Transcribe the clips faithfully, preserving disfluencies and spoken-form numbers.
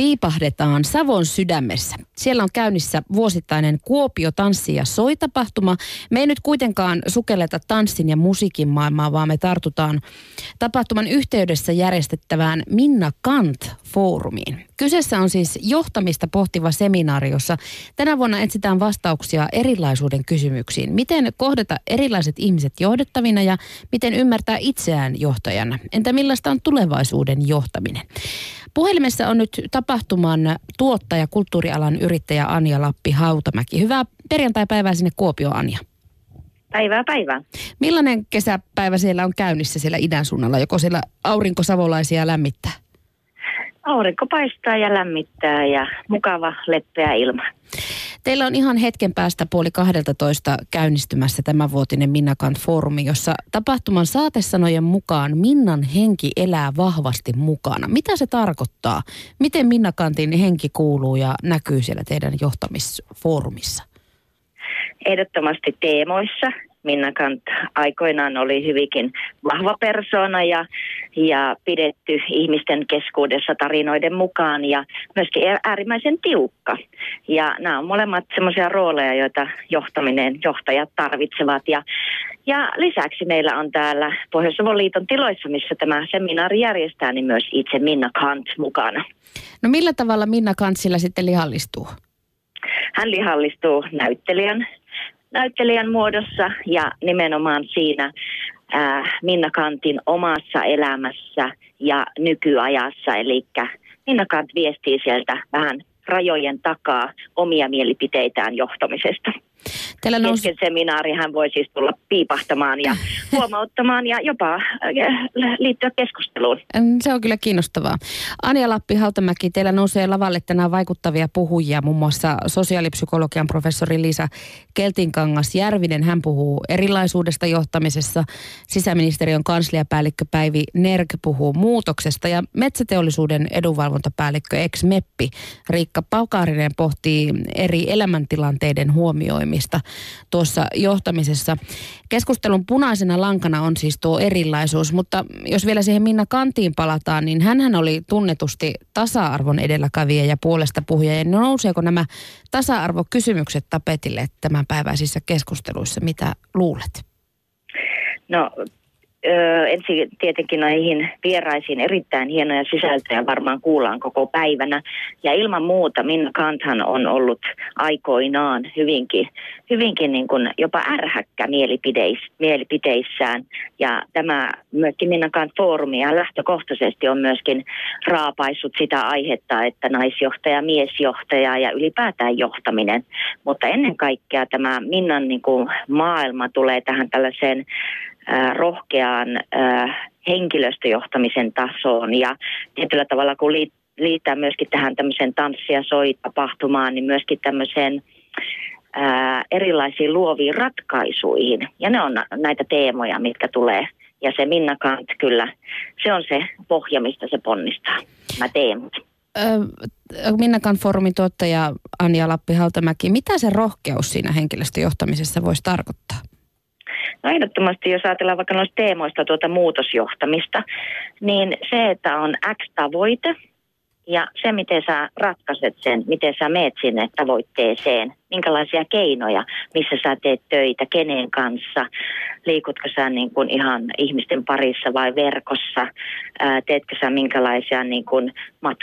piipahdetaan Savon sydämessä. Siellä on käynnissä vuosittainen Kuopio tanssi- ja soi-tapahtuma. Me ei nyt kuitenkaan sukelleta tanssin ja musiikin maailmaa, vaan me tartutaan tapahtuman yhteydessä järjestettävään Minna Canth-foorumiin. Kyseessä on siis johtamista pohtiva seminaari, jossa tänä vuonna etsitään vastauksia erilaisuuden kysymyksiin. Miten kohdata erilaiset ihmiset johdettavina ja miten ymmärtää itseään johtajana? Entä millaista on tulevaisuuden johtaminen? Puhelimessa on nyt tapahtuman tuottaja, kulttuurialan yrittäjä Anja Lappi-Hautamäki. Hyvää perjantai-päivää sinne Kuopioon, Anja. Päivää, päivää. Millainen kesäpäivä siellä on käynnissä siellä idän suunnalla? Joko siellä aurinko savolaisia lämmittää? Aurinko paistaa ja lämmittää ja mukava leppeä ilma. Teillä on ihan hetken päästä puoli kahdeltatoista käynnistymässä tämänvuotinen Minna Canth-foorumi, jossa tapahtuman saatesanojen mukaan Minnan henki elää vahvasti mukana. Mitä se tarkoittaa? Miten Minna Canthin henki kuuluu ja näkyy siellä teidän johtamisfoorumissa? Ehdottomasti teemoissa. Minna Canth aikoinaan oli hyvinkin vahva persoona ja, ja pidetty ihmisten keskuudessa tarinoiden mukaan ja myöskin äärimmäisen tiukka. Ja nämä on molemmat semmoisia rooleja, joita johtaminen, johtajat tarvitsevat. Ja, ja lisäksi meillä on täällä Pohjois-Savon liiton tiloissa, missä tämä seminaari järjestää, niin myös itse Minna Canth mukana. No millä tavalla Minna Canth sillä sitten lihallistuu? Hän lihallistuu näyttelijän. näyttelijän muodossa ja nimenomaan siinä ää, Minna Canthin omassa elämässä ja nykyajassa. Eli Minna Canth viestii sieltä vähän rajojen takaa omia mielipiteitään johtamisesta. Nousi... Kesken seminaari hän voi siis tulla piipahtamaan ja huomauttamaan ja jopa liittyä keskusteluun. Se on kyllä kiinnostavaa. Anja Lappi-Hautamäki, teillä nousee lavalle tänään vaikuttavia puhujia, muun muassa sosiaalipsykologian professori Liisa Keltinkangas-Järvinen. Hän puhuu erilaisuudesta johtamisessa. Sisäministeriön kansliapäällikkö Päivi Nerg puhuu muutoksesta ja metsäteollisuuden edunvalvontapäällikkö ex-meppi Riikka Paukaarinen pohtii eri elämäntilanteiden huomioimista tuossa johtamisessa. Keskustelun punaisena lankana on siis tuo erilaisuus, mutta jos vielä siihen Minna Canthiin palataan, niin hänhän oli tunnetusti tasa-arvon edelläkävijä ja puolesta puhuja. Ja nouseeko nämä tasa-arvokysymykset tapetille tämänpäiväisissä keskusteluissa? Mitä luulet? No... Öö, ensin tietenkin näihin vieraisiin erittäin hienoja sisältöjä varmaan kuullaan koko päivänä. Ja ilman muuta Minna Canthhan on ollut aikoinaan hyvinkin, hyvinkin niin kuin jopa ärhäkkä mielipideis, mielipiteissään. Ja tämä myöskin Minna Canth-foorumi ja lähtökohtaisesti on myöskin raapaissut sitä aihetta, että naisjohtaja, miesjohtaja ja ylipäätään johtaminen. Mutta ennen kaikkea tämä Minnan niin kuin maailma tulee tähän tällaiseen Äh, rohkeaan äh, henkilöstöjohtamisen tasoon ja tietyllä tavalla kun liit, liittää myöskin tähän tämmöiseen tanssi- ja soi-tapahtumaan, niin myöskin tämmöiseen äh, erilaisiin luoviin ratkaisuihin. Ja ne on näitä teemoja, mitkä tulee. Ja se Minna Canth kyllä, se on se pohja, mistä se ponnistaa, nämä teemat. Minna Canth-foorumin tuottaja Anja Lappi-Hautamäki, mitä se rohkeus siinä henkilöstöjohtamisessa voisi tarkoittaa? No ehdottomasti, jos ajatellaan vaikka noista teemoista tuota muutosjohtamista, niin se, että on X-tavoite ja se, miten sä ratkaiset sen, miten sä meet sinne tavoitteeseen, minkälaisia keinoja, missä sä teet töitä, kenen kanssa, liikutko sä niin kuin ihan ihmisten parissa vai verkossa, ää, teetkö sä minkälaisia niin kuin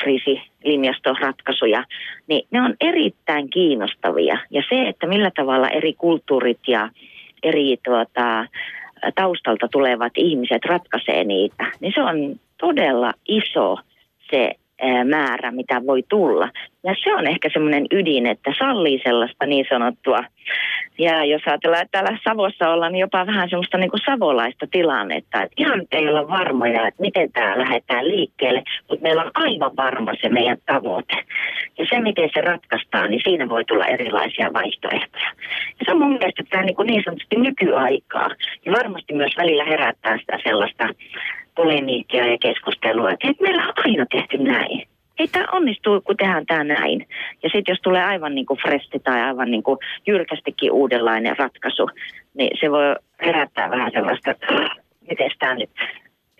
matriisilinjastoratkaisuja, niin ne on erittäin kiinnostavia. Ja se, että millä tavalla eri kulttuurit ja eri tuota, taustalta tulevat ihmiset ratkaisee niitä, niin se on todella iso se ää, määrä, mitä voi tulla. Ja se on ehkä semmoinen ydin, että sallii sellaista niin sanottua. Ja jos ajatellaan, että täällä Savossa ollaan, niin jopa vähän semmoista niin kuin savolaista tilannetta. Että ihan ei olla varmoja, että miten tämä lähdetään liikkeelle, mutta meillä on aivan varma se meidän tavoite. Ja se, miten se ratkaistaan, niin siinä voi tulla erilaisia vaihtoehtoja. Ja se on mun mielestä tämä niin, niin sanotusti nykyaikaa. Ja varmasti myös välillä herättää sitä sellaista polemiikkia ja keskustelua, että meillä on aina tehty näin. Ei tämä onnistuu, kun tehdään tämä näin. Ja sitten jos tulee aivan niin kuin fresti tai aivan niin kuin jyrkästikin uudenlainen ratkaisu, niin se voi herättää vähän sellaista, että miten tämä nyt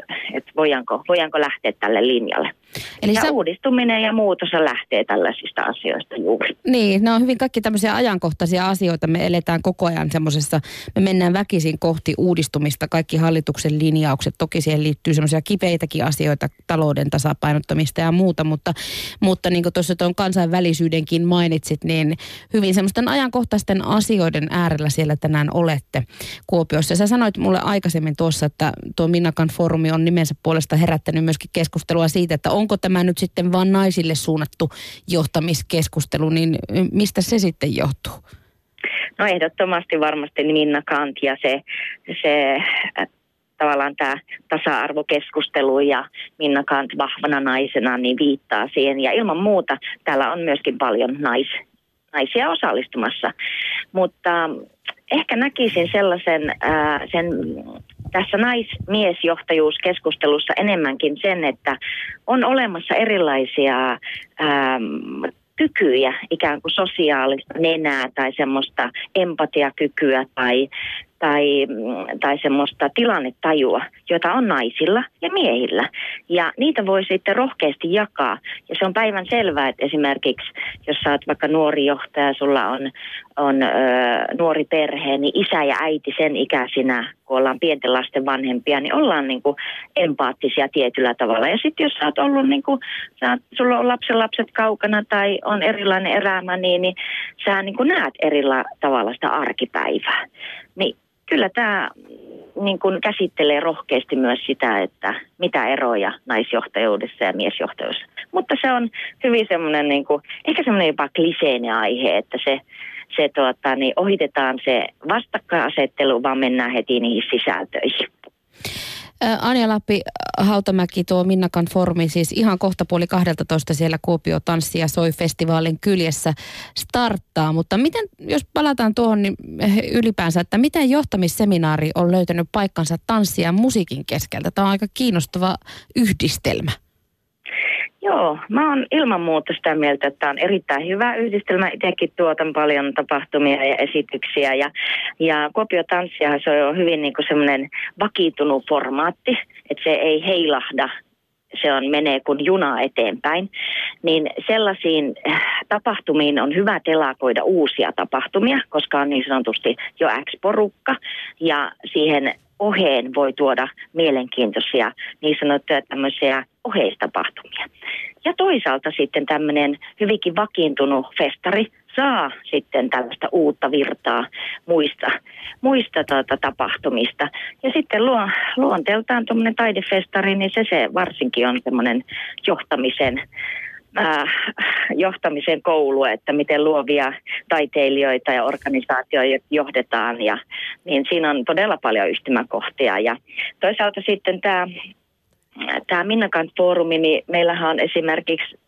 että voidaanko, voidaanko lähteä tälle linjalle. Eli ja sä... uudistuminen ja muutos lähtee tällaisista asioista juuri. Niin, ne on hyvin kaikki tämmöisiä ajankohtaisia asioita. Me eletään koko ajan semmoisessa, me mennään väkisin kohti uudistumista, kaikki hallituksen linjaukset. Toki siihen liittyy semmoisia kipeitäkin asioita, talouden tasapainottamista ja muuta, mutta, mutta niin kuin tuossa tuon kansainvälisyydenkin mainitsit, niin hyvin semmoisten ajankohtaisten asioiden äärellä siellä tänään olette Kuopiossa. Sä sanoit mulle aikaisemmin tuossa, että tuo Minnakan foorumi on nimensä puolesta herättänyt myöskin keskustelua siitä, että onko tämä nyt sitten vain naisille suunnattu johtamiskeskustelu, niin mistä se sitten johtuu? No ehdottomasti varmasti Minna Canth ja se, se tavallaan tämä tasa-arvokeskustelu ja Minna Canth vahvana naisena niin viittaa siihen. Ja ilman muuta täällä on myöskin paljon nais, naisia osallistumassa, mutta ehkä näkisin sellaisen ää, sen tässä naismiesjohtajuuskeskustelussa enemmänkin sen, että on olemassa erilaisia ää, kykyjä, ikään kuin sosiaalista nenää tai semmoista empatiakykyä tai, tai, tai semmoista tilannetajua, jota on naisilla ja miehillä. Ja niitä voi sitten rohkeasti jakaa. Ja se on päivän selvää, että esimerkiksi jos sä oot vaikka nuori johtaja, sulla on, on ö, nuori perhe, niin isä ja äiti sen ikäisinä, kun ollaan pienten lasten vanhempia, niin ollaan niin kuin empaattisia tietyllä tavalla. Ja sitten jos sä oot ollut, niin kuin, sä oot, sulla on lapsen lapset kaukana tai on erilainen elämä, niin, niin sä niin kuin näet erillä tavalla sitä arkipäivää. Niin kyllä tämä niin kuin käsittelee rohkeasti myös sitä, että mitä eroja naisjohtajuudessa ja miesjohtajuudessa. Mutta se on hyvin semmoinen, niin kuin, ehkä semmoinen jopa kliseinen aihe, että se, se tuota, niin ohitetaan se vastakkainasettelu, vaan mennään heti niihin sisältöihin. Anja Lappi-Hautamäki, tuo Minnakan foorumi, siis ihan kohta puoli kahdeltatoista siellä Kuopio Tanssi ja Soi-festivaalin kyljessä starttaa. Mutta miten, jos palataan tuohon niin ylipäänsä, että miten johtamisseminaari on löytänyt paikkansa tanssia ja musiikin keskeltä? Tämä on aika kiinnostava yhdistelmä. Joo, mä oon ilman muuta sitä mieltä, että tämä on erittäin hyvä yhdistelmä. Itsekin tuotan paljon tapahtumia ja esityksiä ja, ja Kuopio Tanssiahan se on hyvin niin kuin semmoinen vakiintunut formaatti, että se ei heilahda, se on menee kuin juna eteenpäin. Niin sellaisiin tapahtumiin on hyvä telakoida uusia tapahtumia, koska on niin sanotusti jo X-porukka ja siihen oheen voi tuoda mielenkiintoisia niin sanottuja tämmöisiä oheistapahtumia. Ja toisaalta sitten tämmöinen hyvinkin vakiintunut festari saa sitten tällaista uutta virtaa muista, muista tuota, tapahtumista. Ja sitten luo, luonteeltaan tuommoinen taidefestari, niin se, se varsinkin on semmoinen johtamisen Äh, johtamisen koulu, että miten luovia taiteilijoita ja organisaatioita johdetaan ja niin siinä on todella paljon yhtymäkohtia ja toisaalta sitten tämä tämä Minna Canth foorumi, niin meillähän on esimerkiksi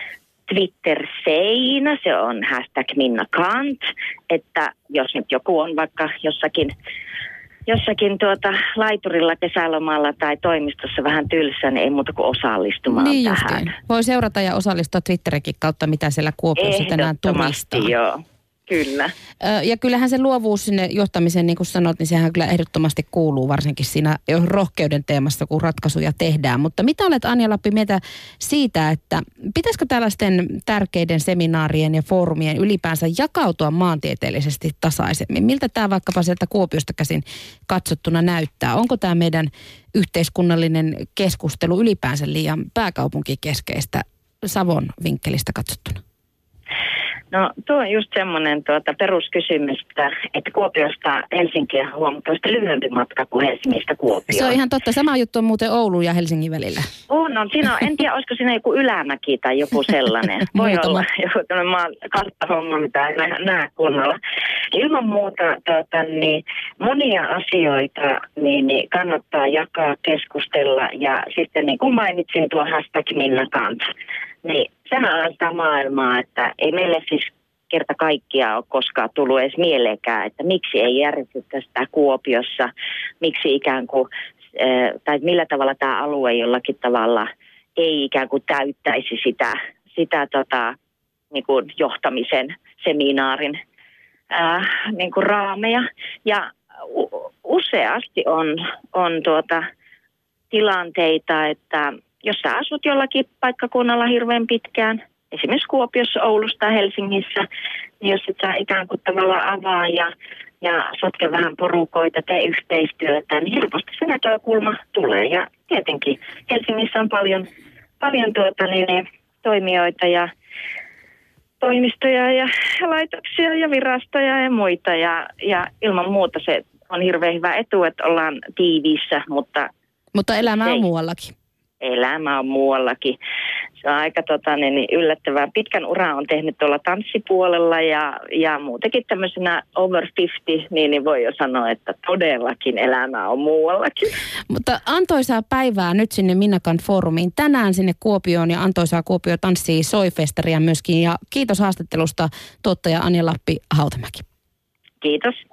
Twitter-seinä, se on hashtag Minna Canth, että jos nyt joku on vaikka jossakin jossakin tuota laiturilla kesälomalla tai toimistossa vähän tylsä, niin ei muuta kuin osallistumaan niin tähän. Justiin. Voi seurata ja osallistua Twitterikin kautta, mitä siellä Kuopiossa tänään turistaa. Joo. Kyllä. Ja kyllähän se luovuus sinne johtamiseen, niin kuin sanot, niin sehän kyllä ehdottomasti kuuluu varsinkin siinä rohkeuden teemassa, kun ratkaisuja tehdään. Mutta mitä olet, Anja Lappi, mieltä siitä, että pitäisikö tällaisten tärkeiden seminaarien ja foorumien ylipäänsä jakautua maantieteellisesti tasaisemmin? Miltä tämä vaikkapa sieltä Kuopiosta käsin katsottuna näyttää? Onko tämä meidän yhteiskunnallinen keskustelu ylipäänsä liian pääkaupunkikeskeistä Savon vinkkelistä katsottuna? No tuo on just semmoinen tuota, peruskysymys, että Kuopiosta Helsinkiin on huomattavasti lyhyempi matka kuin Helsingistä Kuopioon. Se on ihan totta. Sama juttu on muuten Oulun ja Helsingin välillä. On, on. Siinä on, en tiedä, olisiko siinä joku ylämäki tai joku sellainen. Voi olla joku tämmöinen maan karttahomma, mitä ei näe kunnolla. Ilman muuta tuota, niin monia asioita niin, niin kannattaa jakaa, keskustella ja sitten niin kuin mainitsin tuo hashtag Minna Canth, niin sehän on sitä maailmaa, että ei meille siis kerta kaikkiaan ole koskaan tullut edes mieleenkään, että miksi ei järjestetä sitä Kuopiossa, miksi ikään kuin, tai millä tavalla tämä alue jollakin tavalla ei ikään kuin täyttäisi sitä, sitä tota, niin kuin johtamisen seminaarin ää, niin kuin raameja. Ja u- useasti on, on tuota, tilanteita, että jos sä asut jollakin paikkakunnalla hirveän pitkään, esimerkiksi Kuopiossa, Oulussa tai Helsingissä, niin jos et saa ikään kuin tavallaan avaa ja, ja sotke vähän porukoita, tee yhteistyötä, niin helposti se näkökulma tulee. Ja tietenkin Helsingissä on paljon, paljon tuota, niin, toimijoita ja toimistoja ja laitoksia ja virastoja ja muita. Ja, ja ilman muuta se on hirveän hyvä etu, että ollaan tiiviissä, mutta... Mutta elämä on ei. muuallakin. Elämä on muuallakin. Se on aika tota, niin, yllättävää. Pitkän ura on tehnyt tuolla tanssipuolella ja, ja muutenkin tämmöisenä over viisikymmentä, niin, niin voi jo sanoa, että todellakin elämä on muuallakin. Mutta antoisaa päivää nyt sinne Minnakan foorumiin. Tänään sinne Kuopioon ja antoisaa Kuopio tanssii soifestaria myöskin. Ja kiitos haastattelusta tuottaja Anja Lappi-Hautamäki. Kiitos.